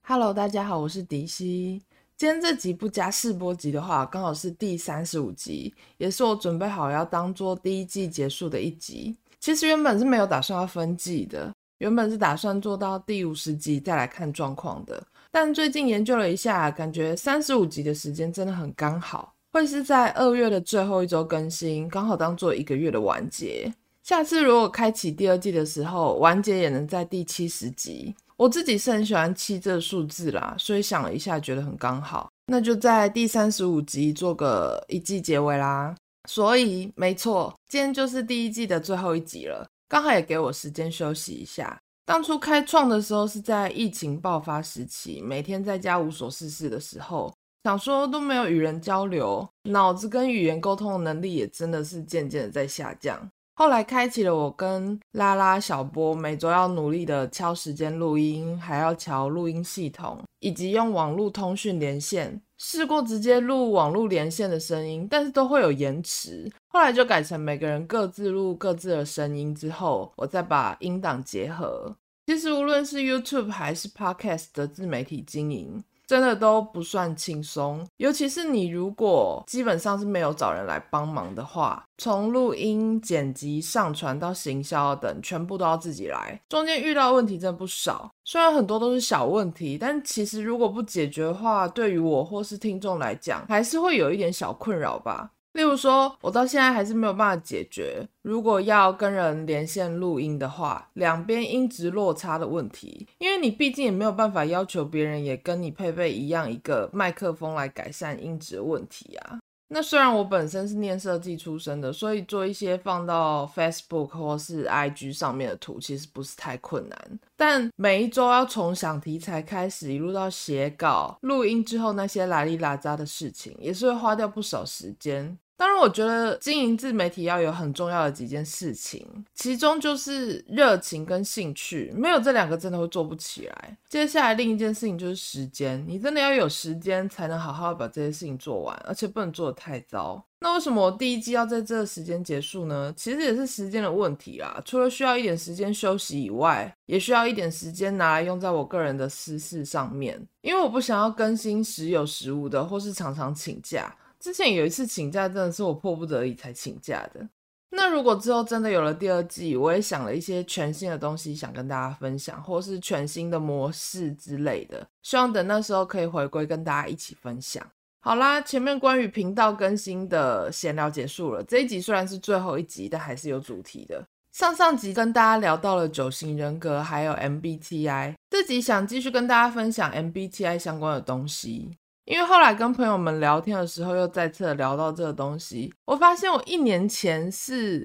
Hello，大家好，我是迪西。今天这集不加试播集的话，刚好是第35集，也是我准备好要当做第一季结束的一集。其实原本是没有打算要分季的，原本是打算做到第50集再来看状况的。但最近研究了一下，感觉35集的时间真的很刚好，会是在2月的最后一周更新，刚好当做1个月的完结。下次如果开启第2季的时候，完结也能在第70集。我自己是很喜欢7这个数字啦，所以想了一下觉得很刚好，那就在第35集做个一季结尾啦。所以没错，今天就是第1季的最后一集了，刚好也给我时间休息一下。当初开创的时候是在疫情爆发时期，每天在家无所事事的时候，想说都没有与人交流，脑子跟语言沟通的能力也真的是渐渐的在下降。后来开启了我跟拉拉、小波每周要努力的敲时间录音，还要调录音系统，以及用网络通讯连线。试过直接录网络连线的声音，但是都会有延迟。后来就改成每个人各自录各自的声音之后，我再把音档结合。其实无论是 YouTube 还是 Podcast 的自媒体经营，真的都不算轻松，尤其是你如果基本上是没有找人来帮忙的话，从录音、剪辑、上传到行销等全部都要自己来，中间遇到的问题真的不少。虽然很多都是小问题，但其实如果不解决的话，对于我或是听众来讲还是会有一点小困扰吧。例如说我到现在还是没有办法解决，如果要跟人连线录音的话，两边音质落差的问题，因为你毕竟也没有办法要求别人也跟你配备一样一个麦克风来改善音质的问题啊。那虽然我本身是念设计出身的，所以做一些放到 Facebook 或是 IG 上面的图其实不是太困难，但每一周要从想题材开始一路到写稿、录音之后那些拉里拉杂的事情，也是会花掉不少时间。当然我觉得经营自媒体要有很重要的几件事情，其中就是热情跟兴趣，没有这2个真的会做不起来。接下来另一件事情就是时间，你真的要有时间才能好好把这些事情做完，而且不能做得太糟。那为什么我第1季要在这个时间结束呢？其实也是时间的问题啦，除了需要一点时间休息以外，也需要一点时间拿来用在我个人的私事上面，因为我不想要更新时有时无的，或是常常请假。之前有一次请假真的是我迫不得已才请假的。那如果之后真的有了第2季，我也想了一些全新的东西想跟大家分享，或是全新的模式之类的，希望等那时候可以回归跟大家一起分享。好啦，前面关于频道更新的闲聊结束了，这一集虽然是最后一集，但还是有主题的。上集跟大家聊到了9型人格还有 MBTI， 这集想继续跟大家分享 MBTI 相关的东西。因为后来跟朋友们聊天的时候又再次的聊到这个东西，我发现我1年前是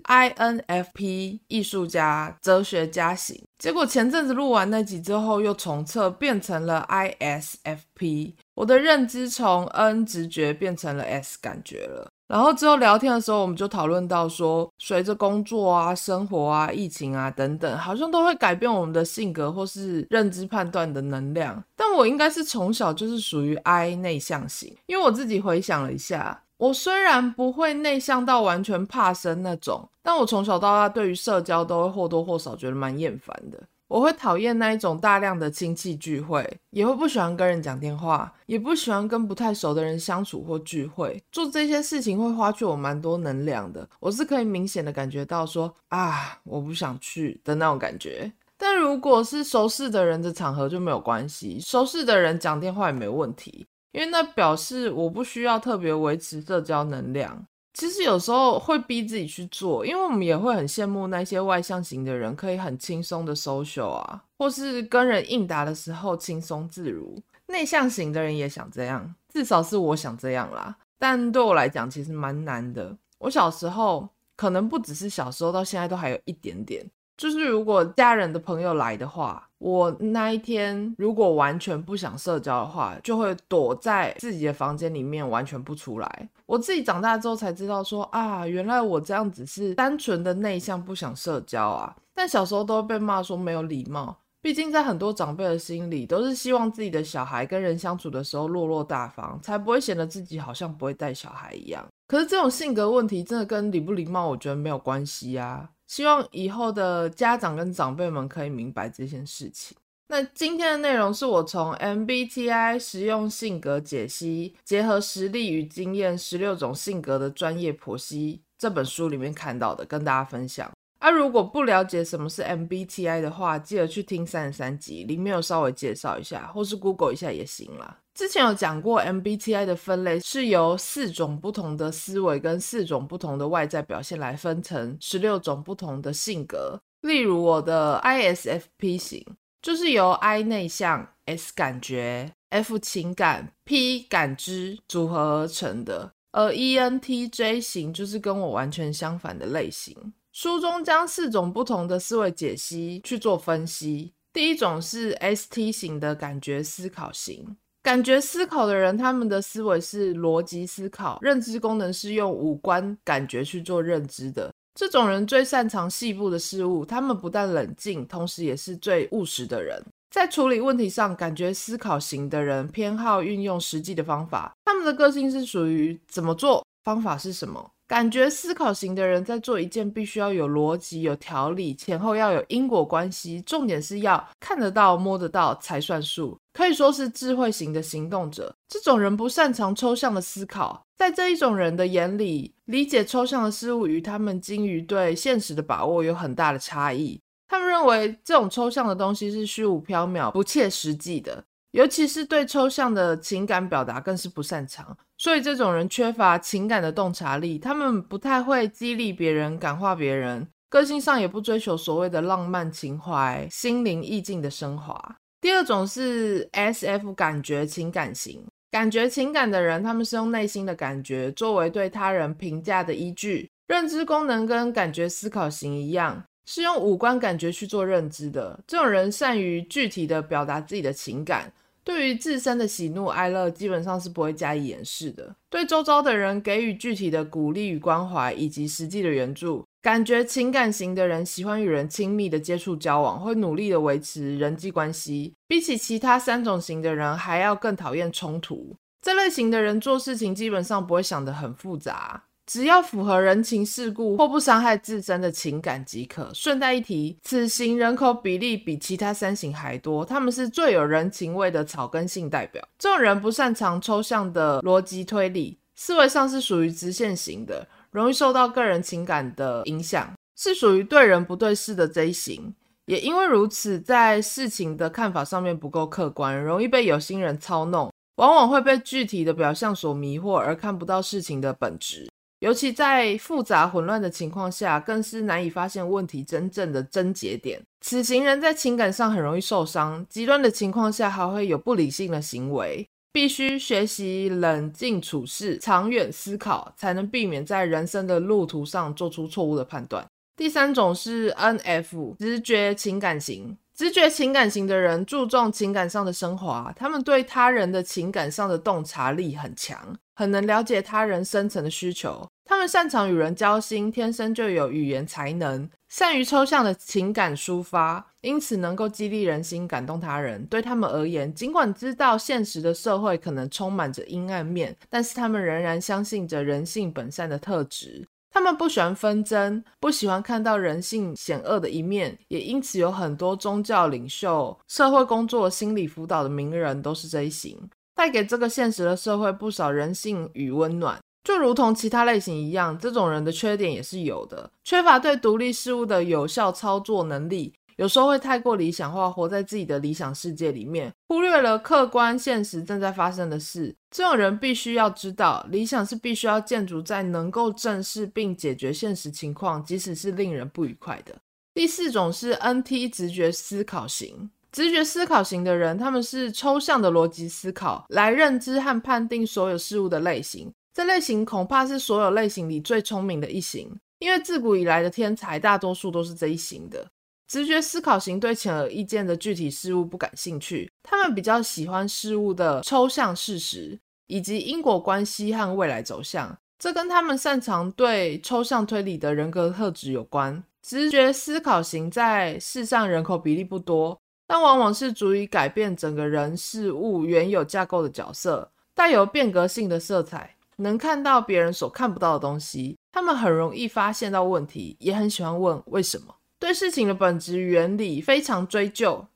INFP 艺术家、哲学家型，结果前阵子录完那集之后又重测变成了 ISFP， 我的认知从 N 直觉变成了 S 感觉了。然后之后聊天的时候我们就讨论到说，随着工作啊、生活啊、疫情啊等等，好像都会改变我们的性格或是认知判断的能量。但我应该是从小就是属于 I 内向型，因为我自己回想了一下，我虽然不会内向到完全怕生那种，但我从小到大对于社交都会或多或少觉得蛮厌烦的。我会讨厌那一种大量的亲戚聚会，也会不喜欢跟人讲电话，也不喜欢跟不太熟的人相处或聚会。做这些事情会花去我蛮多能量的，我是可以明显的感觉到说我不想去的那种感觉。但如果是熟识的人的场合就没有关系，熟识的人讲电话也没问题，因为那表示我不需要特别维持社交能量。其实有时候会逼自己去做，因为我们也会很羡慕那些外向型的人可以很轻松的 social 啊，或是跟人应答的时候轻松自如。内向型的人也想这样，至少是我想这样啦，但对我来讲其实蛮难的。我小时候，可能不只是小时候，到现在都还有一点点，就是如果家人的朋友来的话，我那一天如果完全不想社交的话，就会躲在自己的房间里面完全不出来。我自己长大之后才知道说原来我这样只是单纯的内向不想社交啊，但小时候都会被骂说没有礼貌，毕竟在很多长辈的心里都是希望自己的小孩跟人相处的时候落落大方，才不会显得自己好像不会带小孩一样。可是这种性格问题真的跟礼不礼貌我觉得没有关系啊，希望以后的家长跟长辈们可以明白这件事情。 那今天的内容是我从 MBTI 实用性格解析，结合实力与经验16种性格的专业剖析这本书里面看到的，跟大家分享。如果不了解什么是 MBTI 的话，记得去听33集，里面有稍微介绍一下，或是 Google 一下也行啦。之前有讲过 MBTI 的分类是由4种不同的思维跟4种不同的外在表现来分成16种不同的性格。例如我的 ISFP 型就是由 I 内向、S 感觉、F 情感、P 感知组合而成的，而 ENTJ 型就是跟我完全相反的类型。书中将4种不同的思维解析去做分析。第一种是 ST 型的感觉思考型。感觉思考的人，他们的思维是逻辑思考，认知功能是用五官感觉去做认知的。这种人最擅长细部的事物，他们不但冷静，同时也是最务实的人。在处理问题上，感觉思考型的人偏好运用实际的方法，他们的个性是属于怎么做，方法是什么。感觉思考型的人在做一件必须要有逻辑、有条理，前后要有因果关系，重点是要看得到、摸得到才算数，可以说是智慧型的行动者。这种人不擅长抽象的思考，在这一种人的眼里，理解抽象的事物与他们精于对现实的把握有很大的差异。他们认为这种抽象的东西是虚无缥缈、不切实际的，尤其是对抽象的情感表达更是不擅长。所以这种人缺乏情感的洞察力，他们不太会激励别人、感化别人，个性上也不追求所谓的浪漫情怀、心灵意境的升华。第二种是 SF 感觉情感型。感觉情感的人，他们是用内心的感觉作为对他人评价的依据，认知功能跟感觉思考型一样，是用五官感觉去做认知的。这种人善于具体的表达自己的情感，对于自身的喜怒哀乐基本上是不会加以掩饰的，对周遭的人给予具体的鼓励与关怀以及实际的援助。感觉情感型的人喜欢与人亲密的接触交往，会努力的维持人际关系，比起其他3种型的人还要更讨厌冲突。这类型的人做事情基本上不会想得很复杂，只要符合人情世故或不伤害自身的情感即可。顺带一提，此型人口比例比其他3型还多，他们是最有人情味的草根性代表。这种人不擅长抽象的逻辑推理，思维上是属于直线型的，容易受到个人情感的影响，是属于对人不对事的这一型。也因为如此，在事情的看法上面不够客观，容易被有心人操弄，往往会被具体的表象所迷惑，而看不到事情的本质。尤其在复杂混乱的情况下，更是难以发现问题真正的症结点。此型人在情感上很容易受伤，极端的情况下还会有不理性的行为，必须学习冷静处事，长远思考，才能避免在人生的路途上做出错误的判断。第3种是 NF 直觉情感型。直觉情感型的人注重情感上的升华，他们对他人的情感上的洞察力很强，很能了解他人深层的需求。他们擅长与人交心，天生就有语言才能，善于抽象的情感抒发，因此能够激励人心，感动他人。对他们而言，尽管知道现实的社会可能充满着阴暗面，但是他们仍然相信着人性本善的特质。他们不喜欢纷争，不喜欢看到人性险恶的一面，也因此有很多宗教领袖、社会工作、心理辅导的名人都是这一型，带给这个现实的社会不少人性与温暖。就如同其他类型一样，这种人的缺点也是有的，缺乏对独立事物的有效操作能力，有时候会太过理想化，活在自己的理想世界里面，忽略了客观现实正在发生的事。这种人必须要知道，理想是必须要建筑在能够正视并解决现实情况，即使是令人不愉快的。第4种是 NT 直觉思考型。直觉思考型的人，他们是抽象的逻辑思考来认知和判定所有事物的类型。这类型恐怕是所有类型里最聪明的一型，因为自古以来的天才大多数都是这一型的。直觉思考型对显而易见的具体事物不感兴趣，他们比较喜欢事物的抽象事实以及因果关系和未来走向，这跟他们擅长对抽象推理的人格特质有关。直觉思考型在世上人口比例不多，但往往是足以改变整个人事物原有架构的角色，带有变革性的色彩，能看到别人所看不到的东西。他们很容易发现到问题，也很喜欢问为什么，对事情的本质与原理非常追究，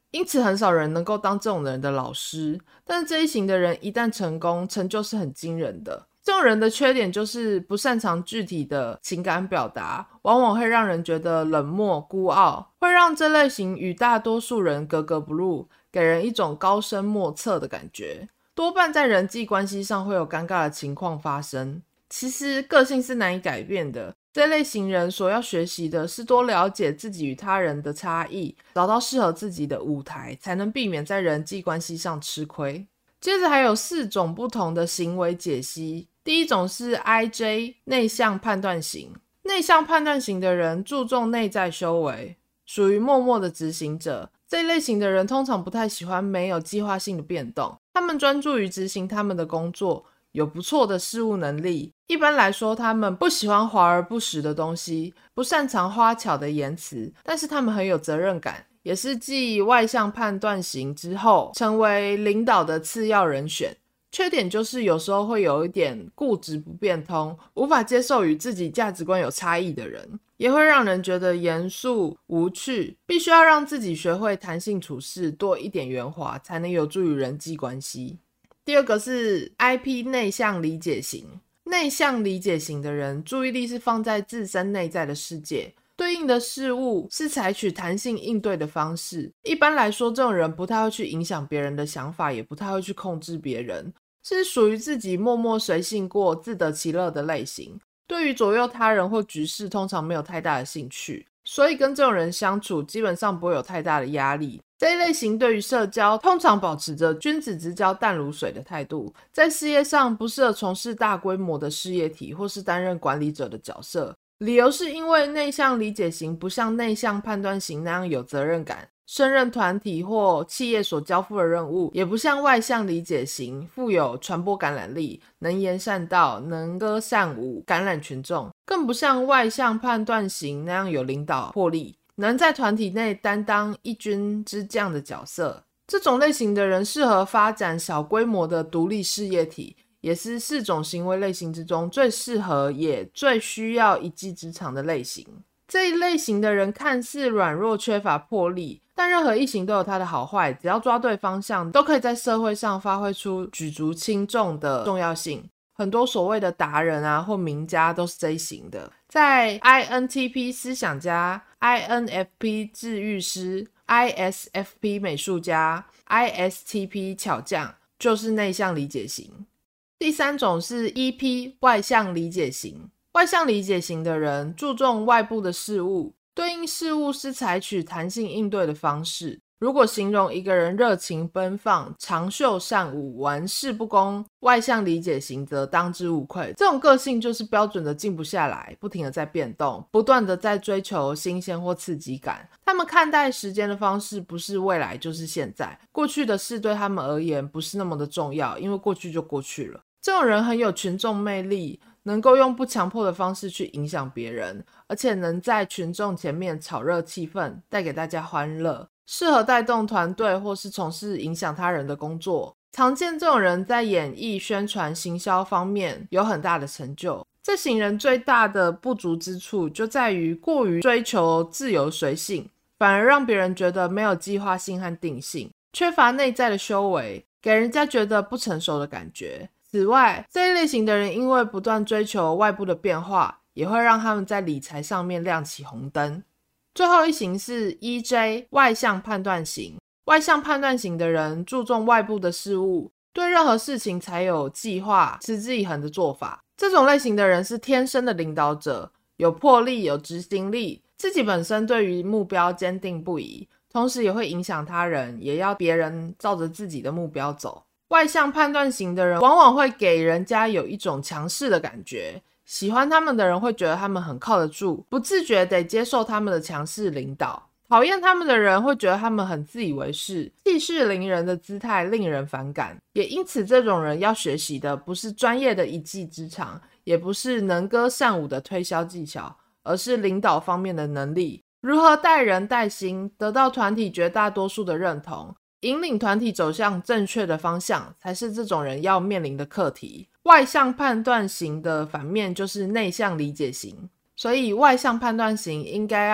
因此很少人能够当这种人的老师，但是这一型的人一旦成功，成就是很惊人的。这种人的缺点就是不擅长具体的情感表达，往往会让人觉得冷漠孤傲，会让这类型与大多数人格格不入，给人一种高深莫测的感觉，多半在人际关系上会有尴尬的情况发生。其实个性是难以改变的，这类型人所要学习的是多了解自己与他人的差异，找到适合自己的舞台，才能避免在人际关系上吃亏。接着还有4种不同的行为解析。第一种是 IJ 内向判断型。内向判断型的人注重内在修为，属于默默的执行者。这一类型的人通常不太喜欢没有计划性的变动，他们专注于执行他们的工作，有不错的事务能力。一般来说，他们不喜欢华而不实的东西，不擅长花巧的言辞，但是他们很有责任感，也是继外向判断型之后成为领导的次要人选。缺点就是有时候会有一点固执不变通，无法接受与自己价值观有差异的人，也会让人觉得严肃无趣，必须要让自己学会弹性处事，多一点圆滑，才能有助于人际关系。第二个是 IP 内向理解型。内向理解型的人注意力是放在自身内在的世界，对应的事物是采取弹性应对的方式。一般来说，这种人不太会去影响别人的想法，也不太会去控制别人，是属于自己默默随性过，自得其乐的类型。对于左右他人或局势通常没有太大的兴趣，所以跟这种人相处基本上不会有太大的压力。这一类型对于社交通常保持着君子之交淡如水的态度，在事业上不适合从事大规模的事业体或是担任管理者的角色，理由是因为内向理解型不像内向判断型那样有责任感，胜任团体或企业所交付的任务，也不像外向理解型富有传播感染力，能言善道，能歌善舞，感染群众，更不像外向判断型那样有领导魄力，能在团体内担当一军之将的角色。这种类型的人适合发展小规模的独立事业体，也是4种行为类型之中最适合也最需要一技之长的类型。这一类型的人看似软弱缺乏魄力，但任何一型都有它的好坏，只要抓对方向，都可以在社会上发挥出举足轻重的重要性。很多所谓的达人啊或名家都是这一型的，在 INTP 思想家、INFP 治愈师、ISFP 美术家、ISTP 巧匠，就是内向理解型。第3种是 EP 外向理解型。外向理解型的人注重外部的事物，对应事物是采取弹性应对的方式。如果形容一个人热情奔放、长袖善舞、玩世不恭，外向理解型则当之无愧。这种个性就是标准的静不下来，不停的在变动，不断的在追求新鲜或刺激感。他们看待时间的方式不是未来就是现在，过去的事对他们而言不是那么的重要，因为过去就过去了。这种人很有群众魅力，能够用不强迫的方式去影响别人，而且能在群众前面炒热气氛，带给大家欢乐，适合带动团队或是从事影响他人的工作。常见这种人在演艺、宣传、行销方面有很大的成就。这型人最大的不足之处就在于过于追求自由随性，反而让别人觉得没有计划性和定性，缺乏内在的修为，给人家觉得不成熟的感觉。此外，这一类型的人因为不断追求外部的变化，也会让他们在理财上面亮起红灯。最后一型是 EJ 外向判断型。外向判断型的人注重外部的事物，对任何事情才有计划、持之以恒的做法。这种类型的人是天生的领导者，有魄力、有执行力，自己本身对于目标坚定不移，同时也会影响他人，也要别人照着自己的目标走。外向判断型的人往往会给人家有一种强势的感觉，喜欢他们的人会觉得他们很靠得住，不自觉得接受他们的强势领导。讨厌他们的人会觉得他们很自以为是，气势凌人的姿态令人反感。也因此，这种人要学习的不是专业的一技之长，也不是能歌善舞的推销技巧，而是领导方面的能力。如何带人带心，得到团体绝大多数的认同，引领团体走向正确的方向，才是这种人要面临的课题。外向判断型的反面就是内向理解型，所以外向判断型应该要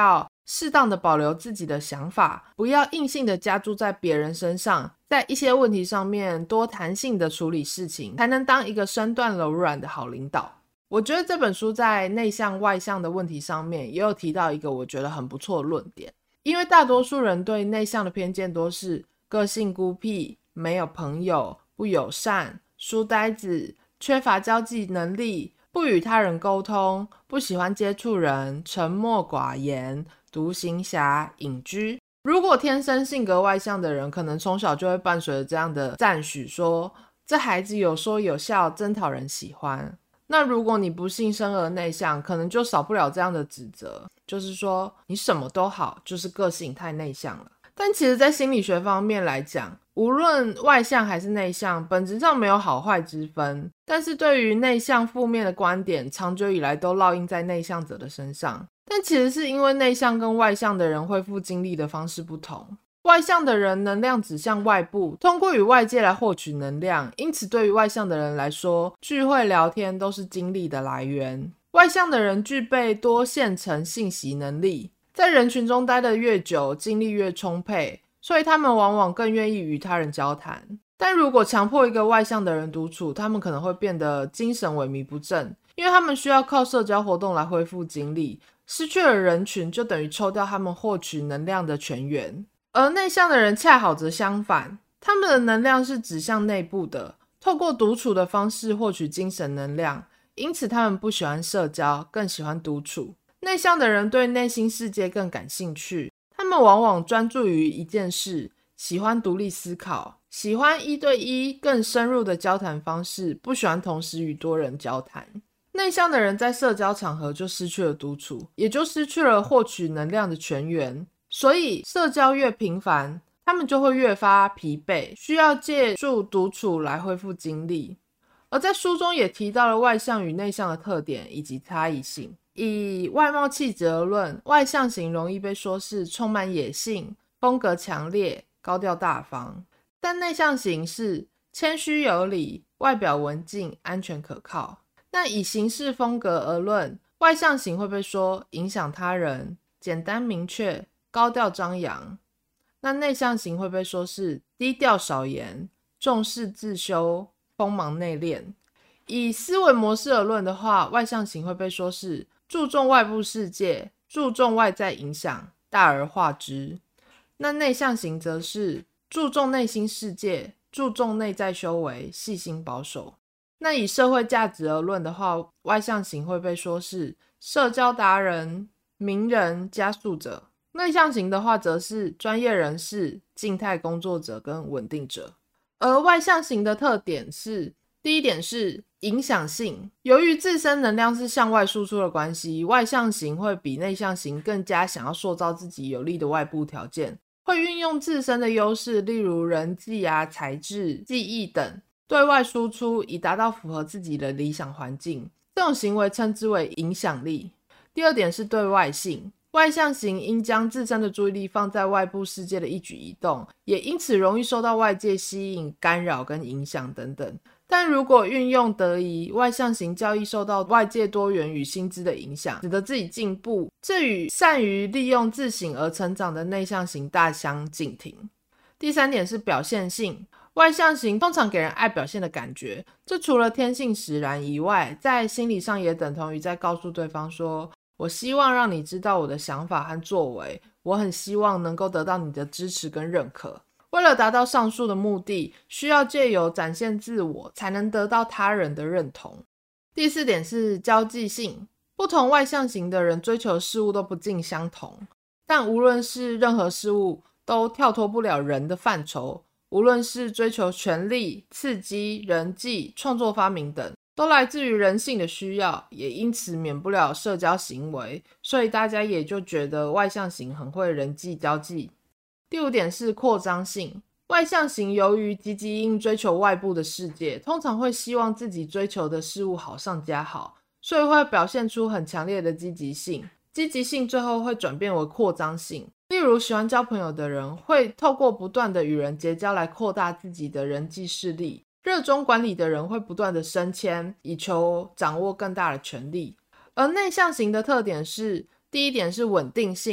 适当的保留自己的想法，不要硬性的加注在别人身上，在一些问题上面多弹性的处理事情，才能当一个身段柔软的好领导。我觉得这本书在内向外向的问题上面也有提到一个我觉得很不错的论点，因为大多数人对内向的偏见都是个性孤僻、没有朋友、不友善、书呆子、缺乏交际能力、不与他人沟通、不喜欢接触人、沉默寡言、独行侠、隐居。如果天生性格外向的人，可能从小就会伴随着这样的赞许，说这孩子有说有笑，真讨人喜欢。那如果你不幸生而内向，可能就少不了这样的指责，就是说你什么都好，就是个性太内向了。但其实在心理学方面来讲，无论外向还是内向，本质上没有好坏之分，但是对于内向负面的观点，长久以来都烙印在内向者的身上。但其实是因为内向跟外向的人恢复精力的方式不同，外向的人能量指向外部，通过与外界来获取能量，因此对于外向的人来说，聚会聊天都是精力的来源。外向的人具备多线程信息能力，在人群中待得越久，精力越充沛，所以他们往往更愿意与他人交谈。但如果强迫一个外向的人独处，他们可能会变得精神萎靡不振，因为他们需要靠社交活动来恢复精力，失去了人群就等于抽掉他们获取能量的泉源。而内向的人恰好则相反，他们的能量是指向内部的，透过独处的方式获取精神能量，因此他们不喜欢社交，更喜欢独处。内向的人对内心世界更感兴趣，他们往往专注于一件事，喜欢独立思考，喜欢一对一更深入的交谈方式，不喜欢同时与多人交谈。内向的人在社交场合就失去了独处，也就失去了获取能量的泉源，所以社交越频繁，他们就会越发疲惫，需要借助独处来恢复精力。而在书中也提到了外向与内向的特点以及差异性。以外貌气质而论，外向型容易被说是充满野性、风格强烈、高调大方，但内向型是谦虚有礼、外表文静、安全可靠。那以行事风格而论，外向型会被说影响他人、简单明确、高调张扬，那内向型会被说是低调少言、重视自修、锋芒内敛。以思维模式而论的话，外向型会被说是注重外部世界、注重外在影响、大而化之。那内向型则是注重内心世界、注重内在修为、细心保守。那以社会价值而论的话，外向型会被说是社交达人、名人、加速者。内向型的话则是专业人士、静态工作者跟稳定者。而外向型的特点是，第一点是影响性，由于自身能量是向外输出的关系，外向型会比内向型更加想要塑造自己有利的外部条件，会运用自身的优势，例如人际才智、技艺等，对外输出，以达到符合自己的理想环境。这种行为称之为影响力。第二点是对外性，外向型应将自身的注意力放在外部世界的一举一动，也因此容易受到外界吸引、干扰跟影响等等。但如果运用得宜，外向型较易受到外界多元与薪资的影响，使得自己进步，这与善于利用自省而成长的内向型大相径庭。第三点是表现性，外向型通常给人爱表现的感觉，这除了天性使然以外，在心理上也等同于在告诉对方说，我希望让你知道我的想法和作为，我很希望能够得到你的支持跟认可。为了达到上述的目的，需要借由展现自我，才能得到他人的认同。第四点是交际性，不同外向型的人追求事物都不尽相同，但无论是任何事物都跳脱不了人的范畴，无论是追求权力、刺激、人际、创作发明等，都来自于人性的需要，也因此免不了社交行为，所以大家也就觉得外向型很会人际交际。第五点是扩张性，外向型由于积极应追求外部的世界，通常会希望自己追求的事物好上加好，所以会表现出很强烈的积极性。积极性最后会转变为扩张性，例如喜欢交朋友的人会透过不断的与人结交来扩大自己的人际势力，热衷管理的人会不断的升迁，以求掌握更大的权力。而内向型的特点是，第一点是稳定性，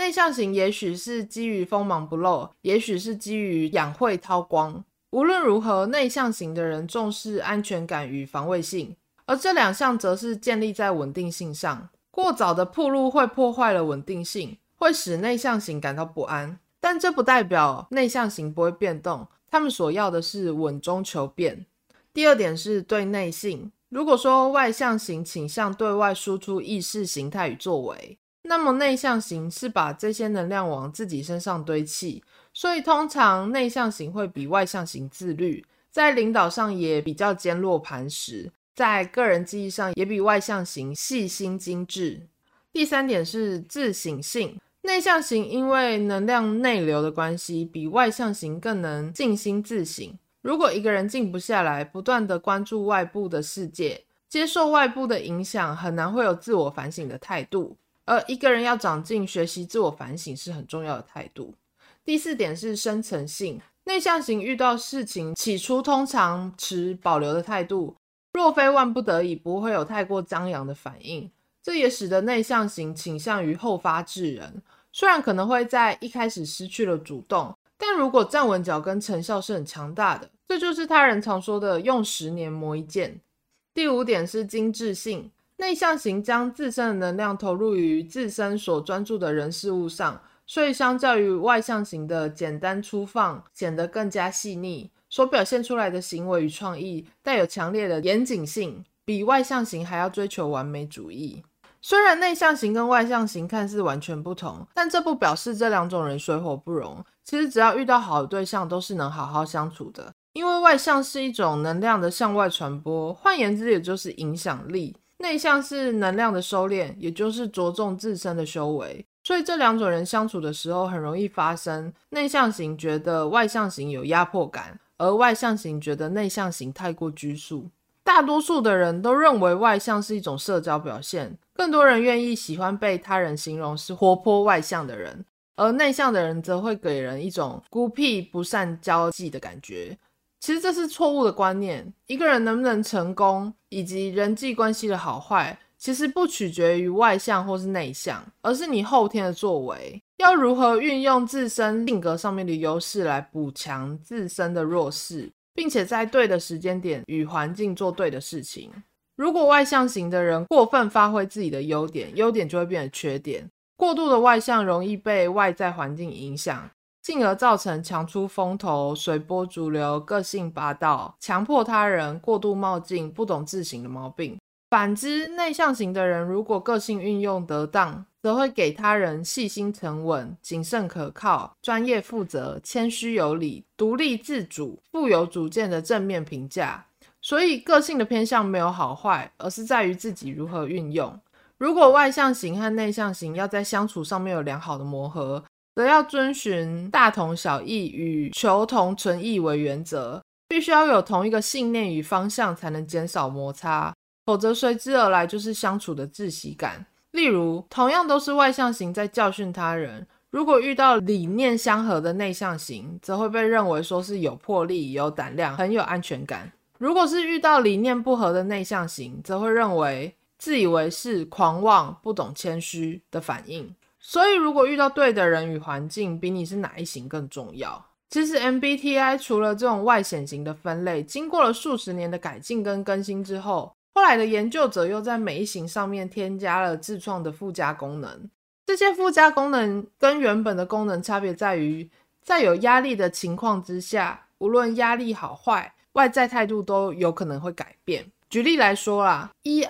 内向型也许是基于锋芒不露，也许是基于养晦韬光。无论如何，内向型的人重视安全感与防卫性，而这两项则是建立在稳定性上。过早的暴露会破坏了稳定性，会使内向型感到不安，但这不代表内向型不会变动，他们所要的是稳中求变。第二点是对内性。如果说外向型倾向对外输出意识形态与作为，那么内向型是把这些能量往自己身上堆砌，所以通常内向型会比外向型自律，在领导上也比较坚若磐石，在个人记忆上也比外向型细心精致。第三点是自省性。内向型因为能量内流的关系，比外向型更能静心自省。如果一个人静不下来，不断的关注外部的世界，接受外部的影响，很难会有自我反省的态度。而一个人要长进，学习自我反省是很重要的态度。第四点是深层性。内向型遇到事情起初通常持保留的态度，若非万不得已，不会有太过张扬的反应。这也使得内向型倾向于后发制人，虽然可能会在一开始失去了主动，但如果站稳脚跟，成效是很强大的。这就是他人常说的用10年磨一剑。第五点是精致性。内向型将自身的能量投入于自身所专注的人事物上，所以相较于外向型的简单粗放，显得更加细腻，所表现出来的行为与创意带有强烈的严谨性，比外向型还要追求完美主义。虽然内向型跟外向型看似完全不同，但这不表示这两种人水火不容。其实只要遇到好的对象，都是能好好相处的。因为外向是一种能量的向外传播，换言之也就是影响力。内向是能量的收敛，也就是着重自身的修为。所以这两种人相处的时候很容易发生内向型觉得外向型有压迫感，而外向型觉得内向型太过拘束。大多数的人都认为外向是一种社交表现，更多人愿意喜欢被他人形容是活泼外向的人，而内向的人则会给人一种孤僻不善交际的感觉。其实这是错误的观念，一个人能不能成功以及人际关系的好坏，其实不取决于外向或是内向，而是你后天的作为，要如何运用自身性格上面的优势来补强自身的弱势，并且在对的时间点与环境做对的事情。如果外向型的人过分发挥自己的优点，优点就会变成缺点。过度的外向容易被外在环境影响，进而造成强出风头、随波逐流、个性霸道、强迫他人、过度冒进、不懂自省的毛病。反之，内向型的人如果个性运用得当，则会给他人细心沉稳、谨慎可靠、专业负责、谦虚有礼、独立自主、富有主见的正面评价。所以个性的偏向没有好坏，而是在于自己如何运用。如果外向型和内向型要在相处上面有良好的磨合，则要遵循大同小异与求同存异为原则，必须要有同一个信念与方向，才能减少摩擦，否则随之而来就是相处的窒息感。例如，同样都是外向型在教训他人，如果遇到理念相合的内向型，则会被认为说是有魄力、有胆量、很有安全感。如果是遇到理念不合的内向型，则会认为自以为是、狂妄、不懂谦虚的反应。所以如果遇到对的人与环境，比你是哪一型更重要。其实 MBTI 除了这种外显型的分类，经过了数十年的改进跟更新之后，后来的研究者又在每一型上面添加了自创的附加功能。这些附加功能跟原本的功能差别在于，在有压力的情况之下，无论压力好坏，外在态度都有可能会改变。举例来说啦，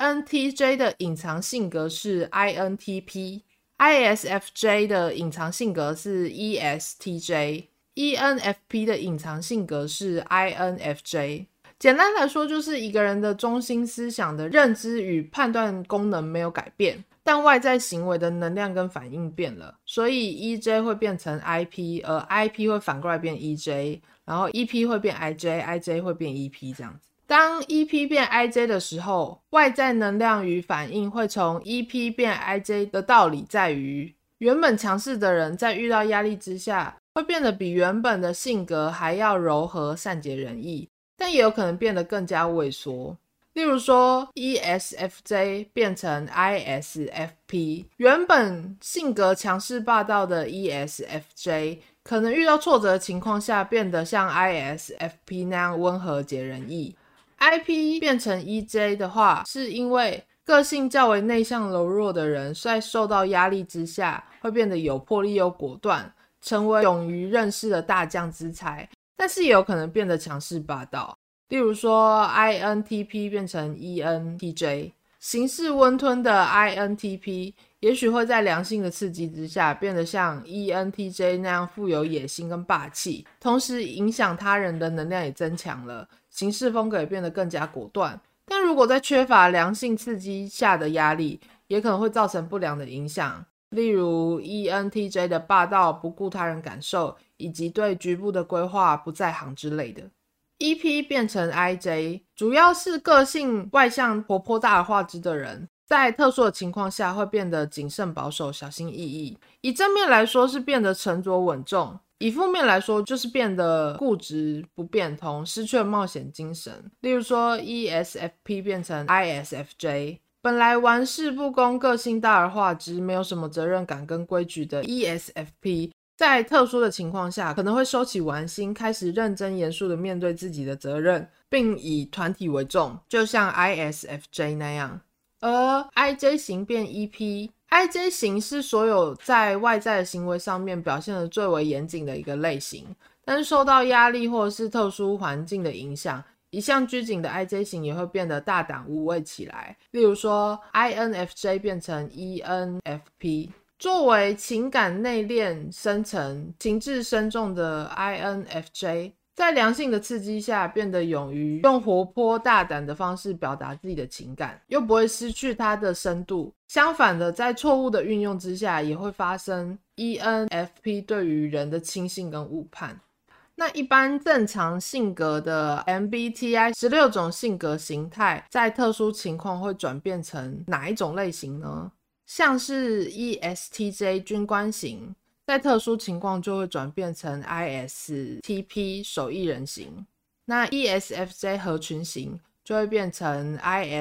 ENTJ 的隐藏性格是 INTP， ISFJ 的隐藏性格是 ESTJ， ENFP 的隐藏性格是 INFJ。 简单来说，就是一个人的中心思想的认知与判断功能没有改变，但外在行为的能量跟反应变了，所以 EJ 会变成 IP， 而 IP 会反过来变 EJ， 然后 EP 会变 IJ，IJ 会变 EP 这样子。当 EP 变 IJ 的时候，外在能量与反应会从 EP 变 IJ 的道理在于，原本强势的人在遇到压力之下，会变得比原本的性格还要柔和、善解人意，但也有可能变得更加畏缩。 例如说 ESFJ 变成 ISFP， 原本性格强势霸道的 ESFJ 可能遇到挫折的情况下变得像 ISFP 那样温和解人意。 IP 变成 EJ 的话，是因为个性较为内向柔弱的人在受到压力之下会变得有魄力又果断，成为勇于任事的大将之才，但是也有可能变得强势霸道。例如说 INTP 变成 ENTJ， 行事温吞的 INTP 也许会在良性的刺激之下变得像 ENTJ 那样富有野心跟霸气，同时影响他人的能量也增强了，行事风格也变得更加果断。但如果在缺乏良性刺激下的压力，也可能会造成不良的影响，例如 ENTJ 的霸道、不顾他人感受，以及对局部的规划不在行之类的。EP 变成 IJ 主要是个性外向、活泼大而化之的人，在特殊的情况下会变得谨慎保守、小心翼翼。以正面来说是变得沉着稳重，以负面来说就是变得固执不变通，失去了冒险精神。例如说 ESFP 变成 ISFJ， 本来玩世不恭、个性大而化之、没有什么责任感跟规矩的 ESFP，在特殊的情况下可能会收起玩心，开始认真严肃的面对自己的责任，并以团体为重，就像 ISFJ 那样。而 IJ 型变 EP，IJ 型是所有在外在的行为上面表现得最为严谨的一个类型，但是受到压力或者是特殊环境的影响，一向拘谨的 IJ 型也会变得大胆无畏起来。例如说 INFJ 变成 ENFP，作为情感内敛深沉、情志深重的 INFJ， 在良性的刺激下变得勇于用活泼大胆的方式表达自己的情感，又不会失去它的深度。相反的，在错误的运用之下也会发生 ENFP 对于人的轻信跟误判。那一般正常性格的 MBTI 16种性格形态，在特殊情况会转变成哪一种类型呢？像是 ESTJ 军官型，在特殊情况就会转变成 ISTP 手艺人型。那 ESFJ 合群型就会变成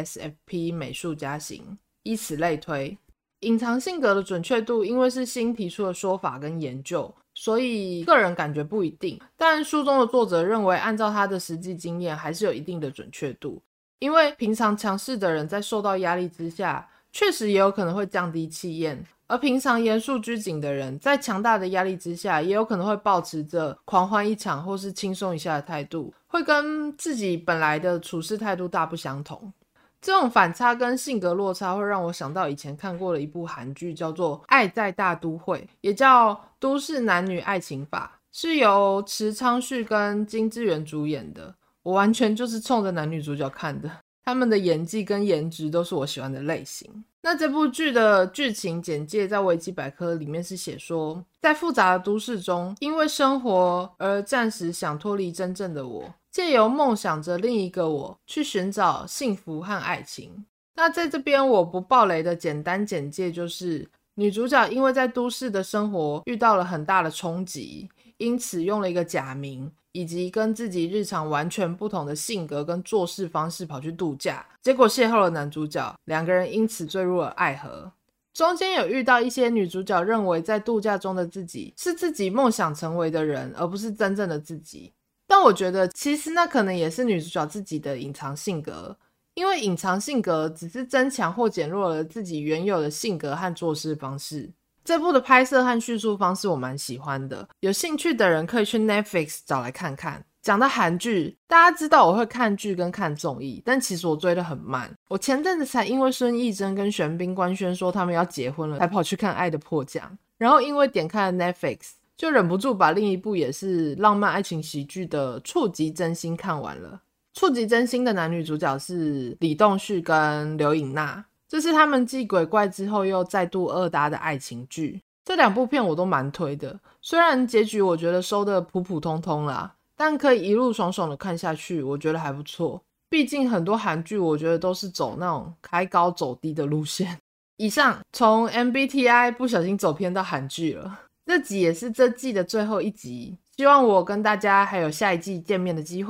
ISFP 美术家型，以此类推。隐藏性格的准确度因为是新提出的说法跟研究，所以个人感觉不一定，但书中的作者认为按照他的实际经验还是有一定的准确度。因为平常强势的人在受到压力之下确实也有可能会降低气焰，而平常严肃拘谨的人在强大的压力之下也有可能会抱持着狂欢一场或是轻松一下的态度，会跟自己本来的处事态度大不相同。这种反差跟性格落差会让我想到以前看过的一部韩剧，叫做《爱在大都会》，也叫《都市男女爱情法》，是由池昌旭跟金智媛主演的。我完全就是冲着男女主角看的，他们的演技跟颜值都是我喜欢的类型。那这部剧的剧情简介在维基百科里面是写说，在复杂的都市中，因为生活而暂时想脱离真正的我，借由梦想着另一个我去寻找幸福和爱情。那在这边我不爆雷的简单简介就是，女主角因为在都市的生活遇到了很大的冲击，因此用了一个假名以及跟自己日常完全不同的性格跟做事方式跑去度假，结果邂逅了男主角，两个人因此坠入了爱河。中间有遇到一些女主角认为在度假中的自己是自己梦想成为的人，而不是真正的自己。但我觉得其实那可能也是女主角自己的隐藏性格，因为隐藏性格只是增强或减弱了自己原有的性格和做事方式。这部的拍摄和叙述方式我蛮喜欢的，有兴趣的人可以去 Netflix 找来看看。讲到韩剧，大家知道我会看剧跟看综艺，但其实我追得很慢。我前阵子才因为孙艺珍跟玄彬官宣说他们要结婚了，才跑去看《爱的迫降》，然后因为点开了 Netflix， 就忍不住把另一部也是浪漫爱情喜剧的《触及真心》看完了。《触及真心》的男女主角是李栋旭跟刘颖娜，这是他们继鬼怪之后又再度二搭的爱情剧。这两部片我都蛮推的，虽然结局我觉得收的普普通通啦，但可以一路爽爽的看下去，我觉得还不错。毕竟很多韩剧我觉得都是走那种开高走低的路线。以上从 MBTI 不小心走偏到韩剧了，这集也是这季的最后一集，希望我跟大家还有下一季见面的机会。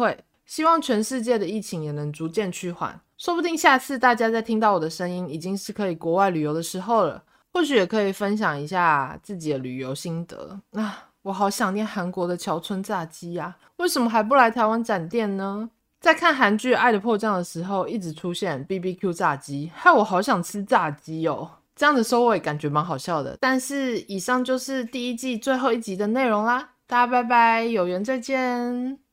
希望全世界的疫情也能逐渐趋缓，说不定下次大家在听到我的声音已经是可以国外旅游的时候了，或许也可以分享一下自己的旅游心得。我好想念韩国的桥村炸鸡啊，为什么还不来台湾展店呢？在看韩剧《爱的迫降》的时候，一直出现 BBQ 炸鸡，害我好想吃炸鸡哦。这样的收尾感觉蛮好笑的。但是以上就是第一季最后一集的内容啦，大家拜拜，有缘再见。